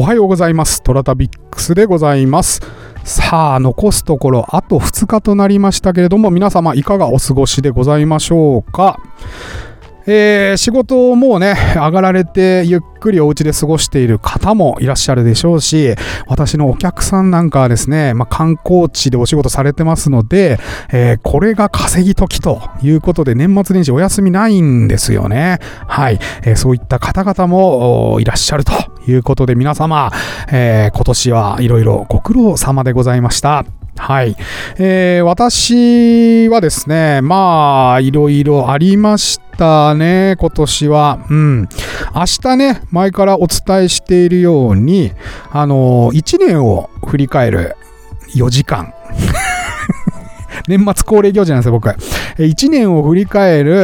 おはようございます。トラタビックスでございます。さあ、残すところあと2日となりましたけれども、皆様いかがお過ごしでございましょうか。仕事をもうね、上がられてゆっくりお家で過ごしている方もいらっしゃるでしょうし、私のお客さんなんかはですね、観光地でお仕事されてますので、これが稼ぎ時ということで年末年始お休みないんですよね。はい。そういった方々もいらっしゃるということで、皆様、今年はいろいろご苦労様でございました。はい。私はですね、いろいろありましたね、今年は。明日ね、前からお伝えしているように、1年を振り返る4時間。年末恒例行事なんですよ、僕。1年を振り返る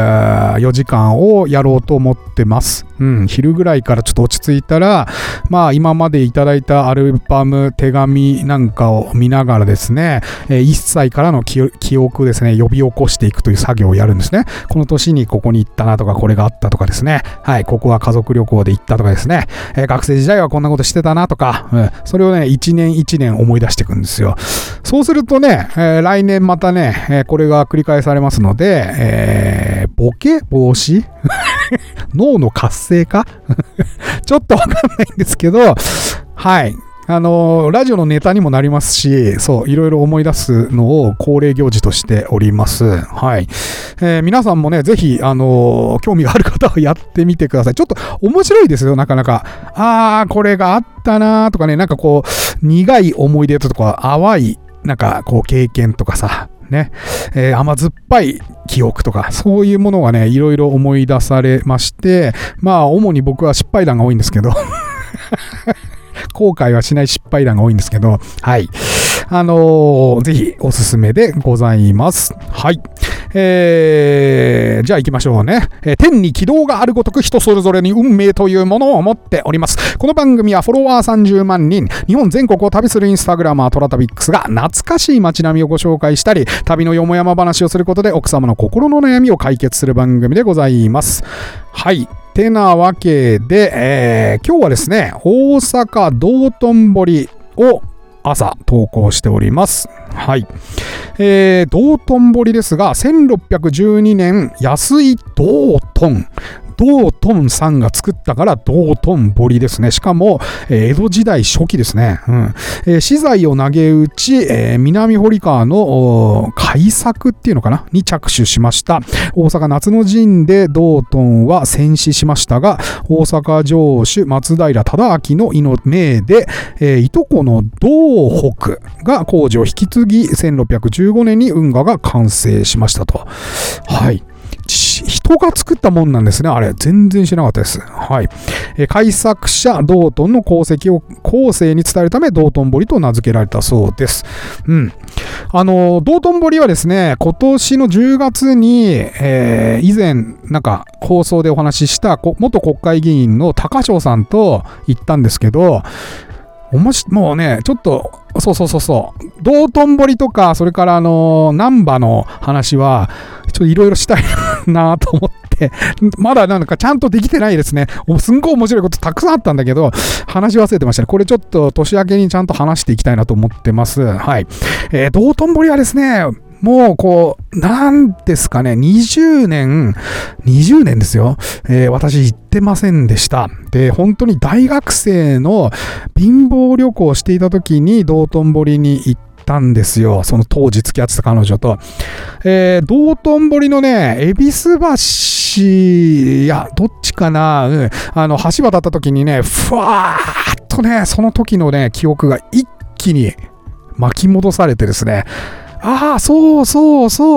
4時間をやろうと思ってます。昼ぐらいからちょっと落ち着いたら、今までいただいたアルバム、手紙なんかを見ながらですね、1歳からの記憶ですね、呼び起こしていくという作業をやるんですね。この年にここに行ったなとか、これがあったとかですね。はい、ここは家族旅行で行ったとかですね。学生時代はこんなことしてたなとか、それをね、一年一年思い出していくんですよ。そうするとね、来年またね、これが繰り返されますので、ボケ防止脳の活性化ちょっとわかんないんですけど、はい。ラジオのネタにもなりますし、そう、いろいろ思い出すのを恒例行事としております。はい。皆さんもね、ぜひ、興味がある方はやってみてください。ちょっと面白いですよ、なかなか。これがあったなとかね、なんかこう、苦い思い出とか、淡い、なんかこう、経験とかさ、ね、甘酸っぱい記憶とか、そういうものがね、いろいろ思い出されまして、主に僕は失敗談が多いんですけど、後悔はしない失敗談が多いんですけど、はい。ぜひおすすめでございます。はい。じゃあ行きましょうね。天に軌道があるごとく人それぞれに運命というものを持っております。この番組はフォロワー30万人、日本全国を旅するインスタグラマートラタビックスが懐かしい街並みをご紹介したり、旅のよもやま話をすることで奥様の心の悩みを解決する番組でございます。はい。てなわけで、今日はですね、大阪道頓堀を朝投稿しております。はい。道頓堀ですが、1612年、安井道頓。道頓さんが作ったから道頓堀ですね。しかも、江戸時代初期ですね。資材を投げ打ち、南堀川の開削っていうのかなに着手しました。大阪夏の陣で道頓は戦死しましたが、大阪城主松平忠明の意の命で、いとこの道北が工事を引き継ぎ、1615年に運河が完成しましたと。はい。人が作ったもんなんですね。あれ、全然知らなかったです。はい。開削者道頓の功績を後世に伝えるため、道頓堀と名付けられたそうです。道頓堀はですね、今年の10月に、以前、なんか、放送でお話しした、元国会議員の高翔さんと行ったんですけど、もうね、ちょっと、そう。道頓堀とか、それから難波の話は、ちょっといろいろしたいなと思って、まだなんかちゃんとできてないですね。すんごい面白いことたくさんあったんだけど、話し忘れてましたね。これちょっと年明けにちゃんと話していきたいなと思ってます。はい。道頓堀はですね、もうこう、なんですかね、20年ですよ。私行ってませんでした。で、本当に大学生の貧乏旅行をしていた時に道頓堀に行ったんですよ。その当時付き合ってた彼女と。道頓堀のね、恵比寿橋、どっちかな、橋渡った時にね、ふわーっとね、その時のね、記憶が一気に巻き戻されてですね、そう、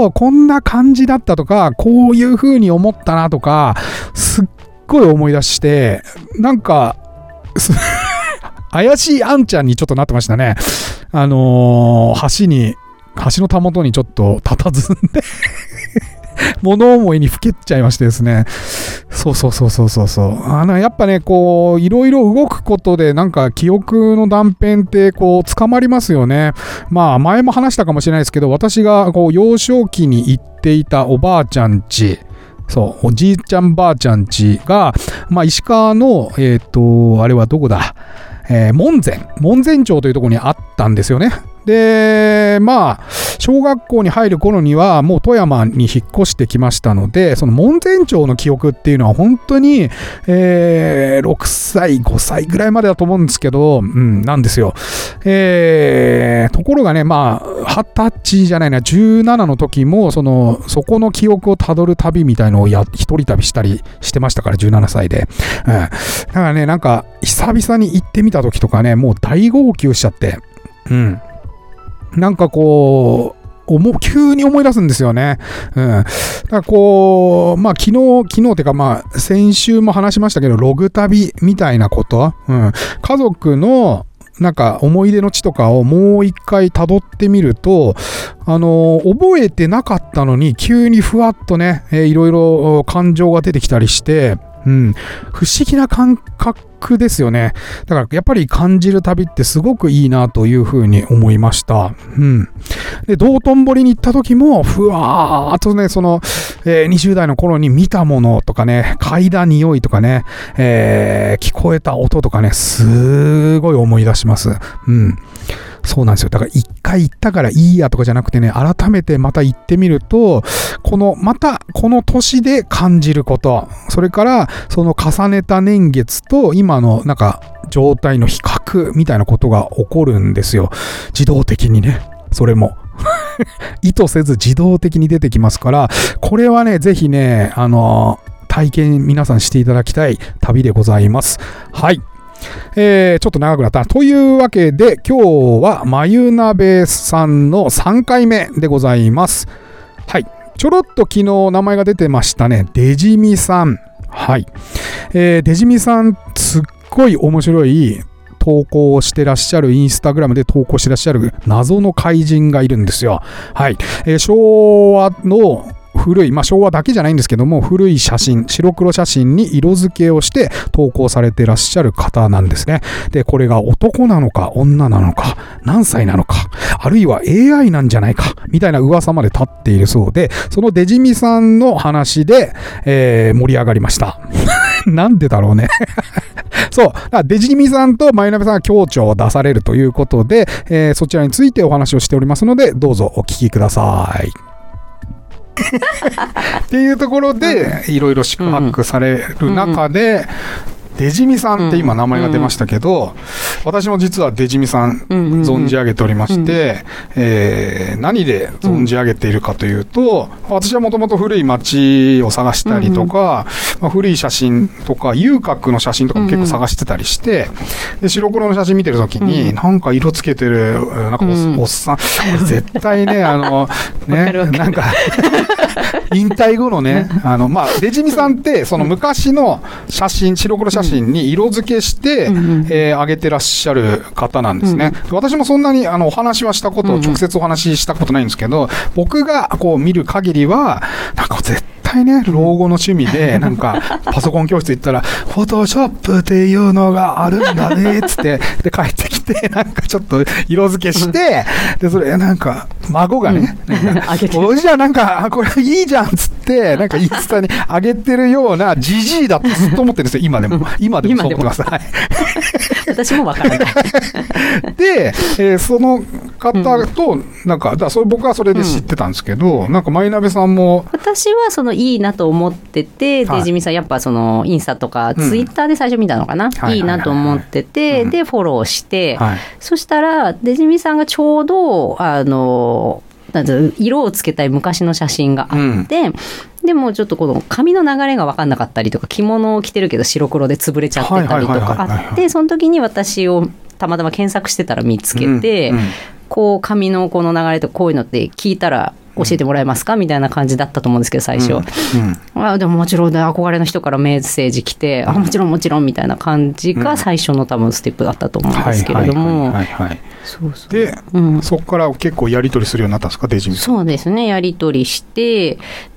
こんな感じだったとか、こういう風に思ったなとか、すっごい思い出して、なんか、怪しいあんちゃんにちょっとなってましたね。橋のたもとにちょっと佇んで物思いにふけっちゃいましてですね。そう。やっぱね、こう、いろいろ動くことで、なんか記憶の断片って、こう、捕まりますよね。前も話したかもしれないですけど、私が、こう、幼少期に行っていたおばあちゃん家そう、おじいちゃんばあちゃん家が、まあ、石川の、あれはどこだ、門前町というところにあったんですよね。で、まあ、小学校に入る頃にはもう富山に引っ越してきましたので、その門前町の記憶っていうのは本当に、6歳、5歳ぐらいまでだと思うんですけど、なんですよ。ところがね、まあ、20歳じゃないな、17の時も、そこの記憶をたどる旅みたいのを一人旅したりしてましたから、17歳で。だからね、なんか、久々に行ってみた時とかね、もう大号泣しちゃって、なんかこう、急に思い出すんですよね。だからこう、まあ昨日っていうかまあ先週も話しましたけど、ログ旅みたいなこと、家族のなんか思い出の地とかをもう一回辿ってみると、覚えてなかったのに急にふわっとね、いろいろ感情が出てきたりして、不思議な感覚ですよね。だからやっぱり感じる旅ってすごくいいなというふうに思いました。で、道頓堀に行った時も、ふわーっとね、20代の頃に見たものとかね、嗅いだ匂いとかね、聞こえた音とかね、すごい思い出します。そうなんですよ。だから一回行ったからいいやとかじゃなくてね、改めてまた行ってみると、またこの年で感じること、それからその重ねた年月と今のなんか状態の比較みたいなことが起こるんですよ。自動的にね。それも。意図せず自動的に出てきますから、これはね、ぜひね、体験皆さんしていただきたい旅でございます。はい。ちょっと長くなった。というわけで、今日は眉鍋さんの3回目でございます。はい。ちょろっと昨日名前が出てましたね。デジミさん。はい。デジミさん、すっごい面白い投稿をしてらっしゃる、インスタグラムで投稿してらっしゃる謎の怪人がいるんですよ。はい。昭和の古い、昭和だけじゃないんですけども、古い写真、白黒写真に色付けをして投稿されてらっしゃる方なんですね。で、これが男なのか女なのか、何歳なのか、あるいは AI なんじゃないか、みたいな噂まで立っているそうで、そのデジミさんの話で、盛り上がりました。なんでだろうね。そう。デジミさんとマイナベさんが共著を出されるということで、そちらについてお話をしておりますので、どうぞお聞きください。っていうところでいろいろ宿泊される中で、デジミさんって今名前が出ましたけど、私も実はデジミさん存じ上げておりまして、何で存じ上げているかというと、私はもともと古い街を探したりとか、古い写真とか遊郭の写真とかも結構探してたりして、で白黒の写真見てるときに、なんか色つけてるなんかおっさん、絶対ね、なんか引退後のね、デジミさんってその昔の写真、白黒写真に色付けして、上げてらっしゃる方なんですね。私もそんなにお話はしたこと、直接お話ししたことないんですけど、僕がこう見る限りは、なんか絶対ね、老後の趣味で、なんかパソコン教室行ったら、フォトショップっていうのがあるんだね、つって、で帰ってきて、なんかちょっと色付けして、で、それなんか、孫がね、おじゃなんか、これいいじゃん、つって、なんかインスタに上げてるようなジジイだってずっと思ってるんですよ、今でも。今でもそう思ってください。 私もわからない。 で、その方と、なんか、僕はそれで知ってたんですけど、なんか、マイナベさんも。 私はいいなと思ってて、デジミさんやっぱインスタとかツイッターで最初見たのかな、いいなと思ってて、で、フォローして、そしたら、デジミさんがちょうど、色をつけたい昔の写真があって、でもちょっとこの髪の流れが分かんなかったりとか、着物を着てるけど白黒で潰れちゃってたりとかあって、その時に私をたまたま検索してたら見つけて、こう髪のこの流れとこういうのって聞いたら教えてもらえますかみたいな感じだったと思うんですけど、最初、でももちろん、ね、憧れの人からメッセージ来て、もちろんもちろんみたいな感じが最初の多分ステップだったと思うんですけれども、 で、そこから結構やり取りするようになったんですか、デジミさん。 そうですね、やり取りして、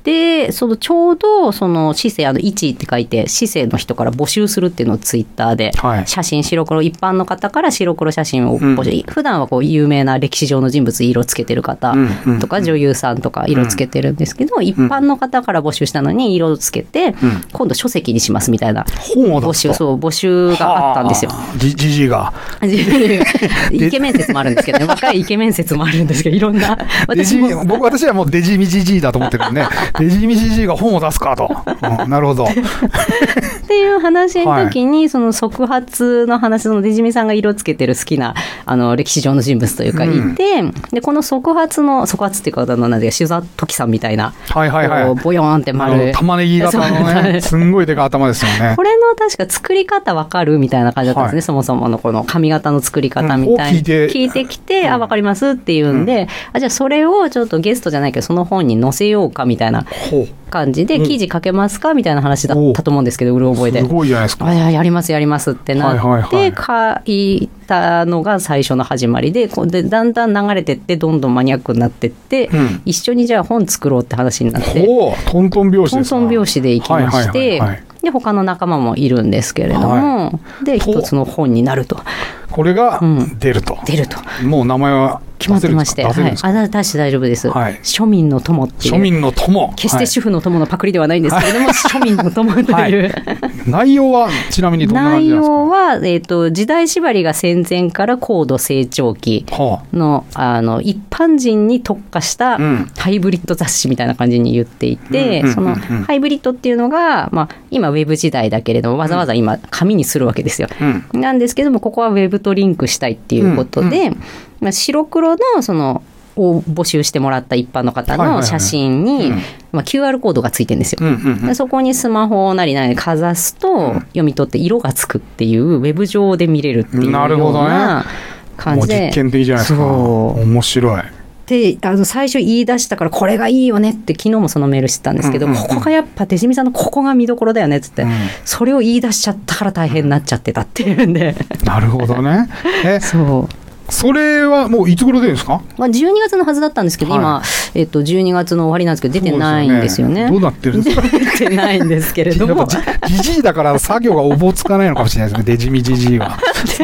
でそのちょうどその市政1って書いて市政の人から募集するっていうのをツイッターで、はい、写真白黒一般の方から白黒写真を募集、普段はこう有名な歴史上の人物色つけてる方とか、女優さんとか色つけてるんですけど、一般の方から募集したのに色をつけて、今度書籍にしますみたいな募集があったんですよ。 じじいがイケメン説もあるんですけどね、若いイケメン説もあるんですけど、いろんな私はもうデジミジジイだと思ってるんでね、デジミジジイが本を出すかと、なるほどっていう話の時に、その側発の話、そのデジミさんが色つけてる好きな歴史上の人物というかいて、でこの側発っていうかなんで、シュザトキさんみたいな、ボヨーンって丸玉ねぎ型のね、すんごいでかい頭ですよね。 これの確か作り方わかるみたいな感じだったんですね、そもそものこの髪型の作り方みたいに聞いてきて、わかりますっていうんで、じゃあそれをちょっとゲストじゃないけどその本に載せようかみたいな感じで、記事書けますかみたいな話だったと思うんですけど、うる覚えで、 すごいじゃないですか。 やりますってなって、書いたのが最初の始まりで、だんだん流れてってどんどんマニアックになってって、一緒にじゃあ本作ろうって話になって、 トントン拍子ですか。 トントン拍子で行きまして、で他の仲間もいるんですけれども、で一つの本になると。 これが出ると。もう名前は決まってまして、出して大丈夫です。庶民の友っていう。 庶民の友。 決して主婦の友のパクリではないんですけれども、庶民の友という。 内容はちなみにどんな感じなんですか？ 内容は、時代縛りが戦前から高度成長期の、一般人に特化したハイブリッド雑誌みたいな感じに言っていて、そのハイブリッドっていうのが、今ウェブ時代だけれども、わざわざ今紙にするわけですよ。なんですけども、ここはウェブとリンクしたいっていうことで、白黒のそのを募集してもらった一般の方の写真に、QR コードがついてるんですよ。そこにスマホなりかざすと読み取って色がつくっていうウェブ上で見れるっていうような感じで、 もう実験的じゃないですか。面白い。 で最初言い出したからこれがいいよねって昨日もそのメールしてたんですけど、ここがやっぱ手締みさんのここが見どころだよねっつって、それを言い出しちゃったから大変になっちゃってたっていうんで。 なるほどね。それはもういつ頃出るんですか ？12月のはずだったんですけど、今、12月の終わりなんですけど出てないんですよね。 どうなってるんですか？ 出てないんですけれども、 じじいだから作業がおぼつかないのかもしれないですね。デジミじじいは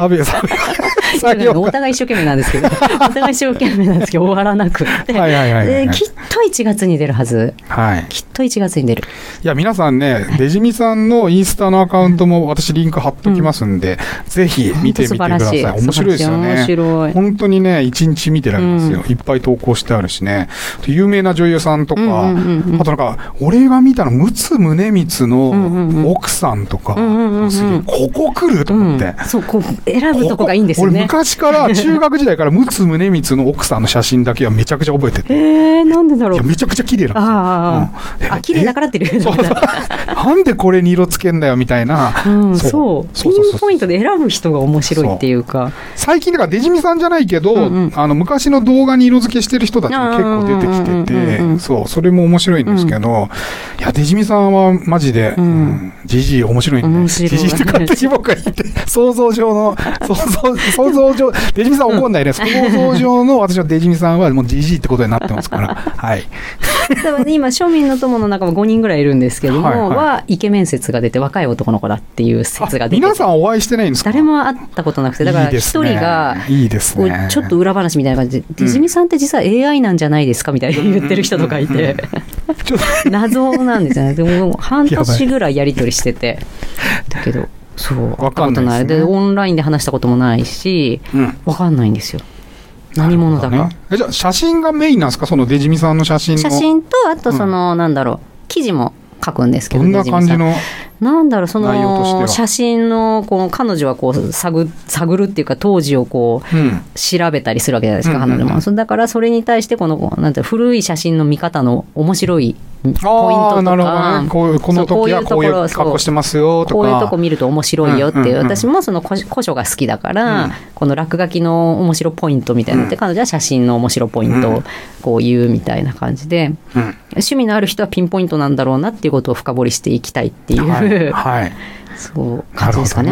お互い一生懸命なんですけど終わらなくって、きっと1月に出るはず。きっと1月に出る。 いや皆さんね、デジミさんのインスタのアカウントも私リンク貼っときますんで、ぜひ見てみてください。面白いですよね。本当にね、一日見てられますよ。いっぱい投稿してあるしね。有名な女優さんとか、あとなんか俺が見たの陸奥宗光の奥さんとか、ここ来ると思って。 そう、こう選ぶとこがいいんですよね。 俺昔から中学時代から陸奥宗光の奥さんの写真だけはめちゃくちゃ覚えてて。 なんでだろう。 いやめちゃくちゃ綺麗なんですよ。綺麗だからっていう。 なんでこれに色つけんだよみたいな。 そう。ピンポイントで選ぶ人が面白いっていうか。 最近だからデジミさんじゃないけど、昔の動画に色付けしてる人たちも結構出てきてて、それも面白いんですけど、いやデジミさんはマジでジジイ面白いんで、ジジイって勝手に僕が言って想像上デジミさん怒んないね。想像上の私のデジミさんはもうジジイってことになってますから。はい。 今庶民の友の中も5人ぐらいいるんですけども、イケメン説が出て若い男の子だっていう説が出て、 皆さんお会いしてないんですか？ 誰も会ったことなくて、だから一人がちょっと裏話みたいな感じで、デジミさんって実は AI なんじゃないですかみたいに言ってる人とかいて、謎なんですよね。でも半年ぐらいやり取りしてて、だけどそう会ったことないで、オンラインで話したこともないし、分かんないんですよ。何者だか。 じゃあ写真がメインなんですか？そのデジミさんの写真と、あとその、なんだろう、記事も書くんですけど、 どんな感じのなんだろう、その写真のこう彼女はこう探るっていうか当時をこう調べたりするわけじゃないですか、彼女も。だからそれに対してこのなんて古い写真の見方の面白いポイントとか、 この時はこういう格好してますよとか、 こういうとこ見ると面白いよっていう、私もその古書が好きだから、この落書きの面白ポイントみたいなのって、彼女は写真の面白ポイントをこう言うみたいな感じで、趣味のある人はピンポイントなんだろうなっていうことを深掘りしていきたいっていう、そう感じですかね。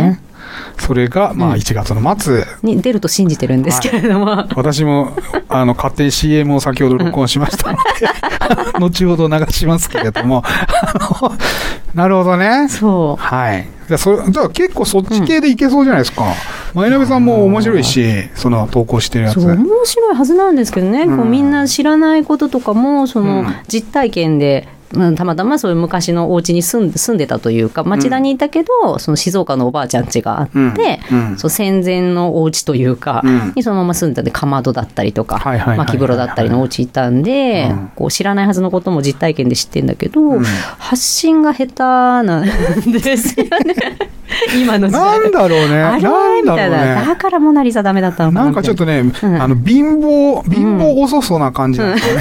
それが、まあ、1月の末、 に出ると信じてるんですけれども、 はい、私も勝手に CM を先ほど録音しましたので後ほど流しますけれどもなるほどね。 そう、 はい。じゃあ結構そっち系でいけそうじゃないですか。舞鍋さんも面白いし、その投稿してるやつ。 そう面白いはずなんですけどね、こうみんな知らないこととかもその実体験で、たまたまそういう昔のお家に住んでたというか、町田にいたけど、その静岡のおばあちゃん家があって、そう戦前のお家というか、にそのまま住んでたんで、かまどだったりとか薪風呂だったりのお家いたんで、こう知らないはずのことも実体験で知ってんだけど、発信が下手なんですよね今の時代。 なんだろうね。 あれみたいな。だからモナリザダメだったのかな。 なんかちょっとね、貧乏遅そうな感じなんですよね。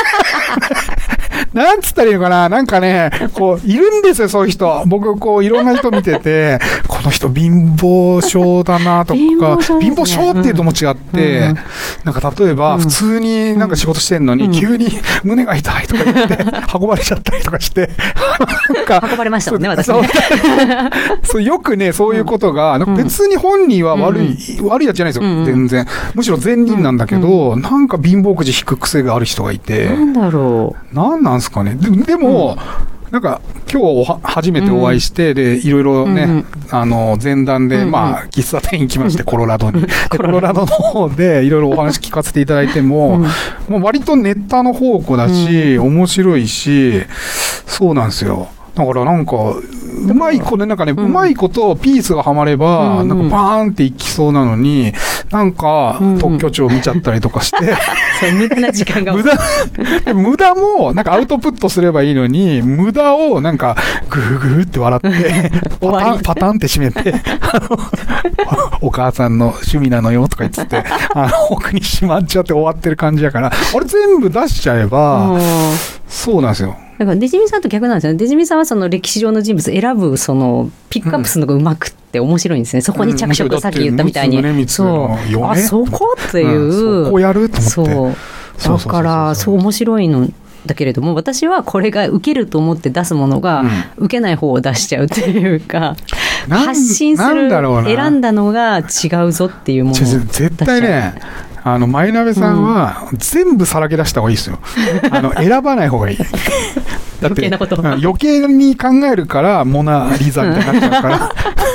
なんつったらいいのかな、なんかね、こう、いるんですよ、そういう人。僕、こう、いろんな人見てて、この人貧乏症だなとか、貧乏症っていうとも違って、なんか例えば、普通になんか仕事してんのに、急に胸が痛いとか言って、運ばれちゃったりとかして、なんか。 運ばれましたもんね、私ね。 そう、よくね、そういうことが、別に本人は悪いやつじゃないですよ、全然。むしろ善人なんだけど、なんか貧乏くじ引く癖がある人がいて。 なんだろう。 なんなんですかね。でも、なんか今日初めてお会いして、でいろいろね、前段で、まあ喫茶店行きまして、コロラドにコロラドの方でいろいろお話聞かせていただいても、もう割とネタの宝庫だし、面白いし、そうなんですよ。だからなんかうまい子でなんかね、うまい子とピースがはまれば、なんかバーンっていきそうなのに、なんか特許庁見ちゃったりとかして、 無駄な時間が無駄もなんかアウトプットすればいいのに、無駄をなんかグーグーって笑ってパタンって閉めてお母さんの趣味なのよとか言って奥にしまっちゃって終わってる感じだから、あれ全部出しちゃえば、そうなんですよ。 だからデジミさんと逆なんですよね。デジミさんはその歴史上の人物選ぶそのピックアップするのがうまくって面白いんですね。そこに着色、さっき言ったみたいに、そうあそこっていう、 そこやると思って、 そうだからそう面白いのだけれども、私はこれが受けると思って出すものが、受けない方を出しちゃうっていうか、発信する選んだのが違うぞっていうものを絶対ね、舞鍋さんは全部さらけ出した方がいいですよ。選ばない方がいい。だって余計に考えるからモナリザみたいになっちゃうから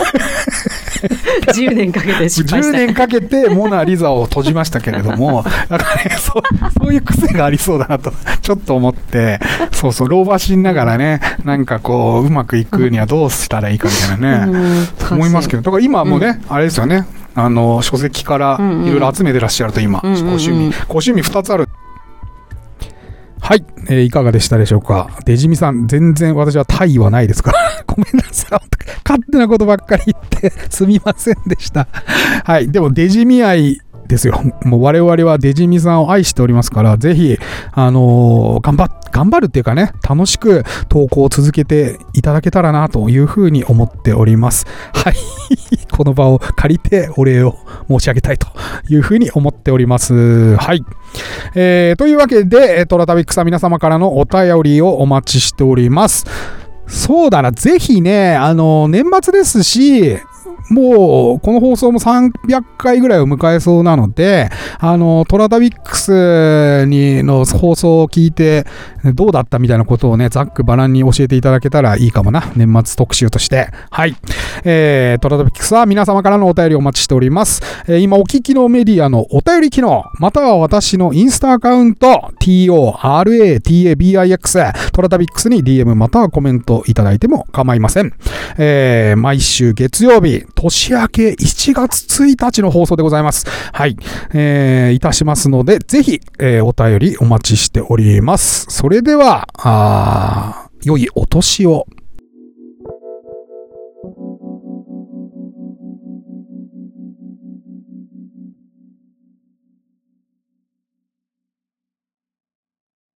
10年かけて失敗した。 10年かけてモナリザを閉じましたけれども、だからね、そういう癖がありそうだなとちょっと思って、そう老婆しながらね、なんかこううまくいくにはどうしたらいいかみたいなね、思いますけど、だから今もね、あれですよね、書籍からいろいろ集めてらっしゃると、今、ご趣味2つある。はい、いかがでしたでしょうか。デジミさん、全然私は大意はないですからごめんなさい、勝手なことばっかり言ってすみませんでした。はい、でもデジミ愛ですよ。もう我々はデジミさんを愛しておりますから、ぜひ頑張るっていうかね、楽しく投稿を続けていただけたらなというふうに思っております。はいこの場を借りてお礼を申し上げたいというふうに思っております。はい、というわけでトラタビックさん、皆様からのお便りをお待ちしております。そうだな、ぜひね、年末ですし、もうこの放送も300回ぐらいを迎えそうなので、トラタビックスの放送を聞いてどうだったみたいなことをね、ざっくばらんに教えていただけたらいいかもな、年末特集として。はい、トラタビックスは皆様からのお便りをお待ちしております。今お聞きのメディアのお便り機能、または私のインスタアカウント TORATABIX トラタビックスに DM またはコメントいただいても構いません。毎週月曜日、年明け1月1日の放送でございます。はい、いたしますので、ぜひ、お便りお待ちしております。それでは良いお年を。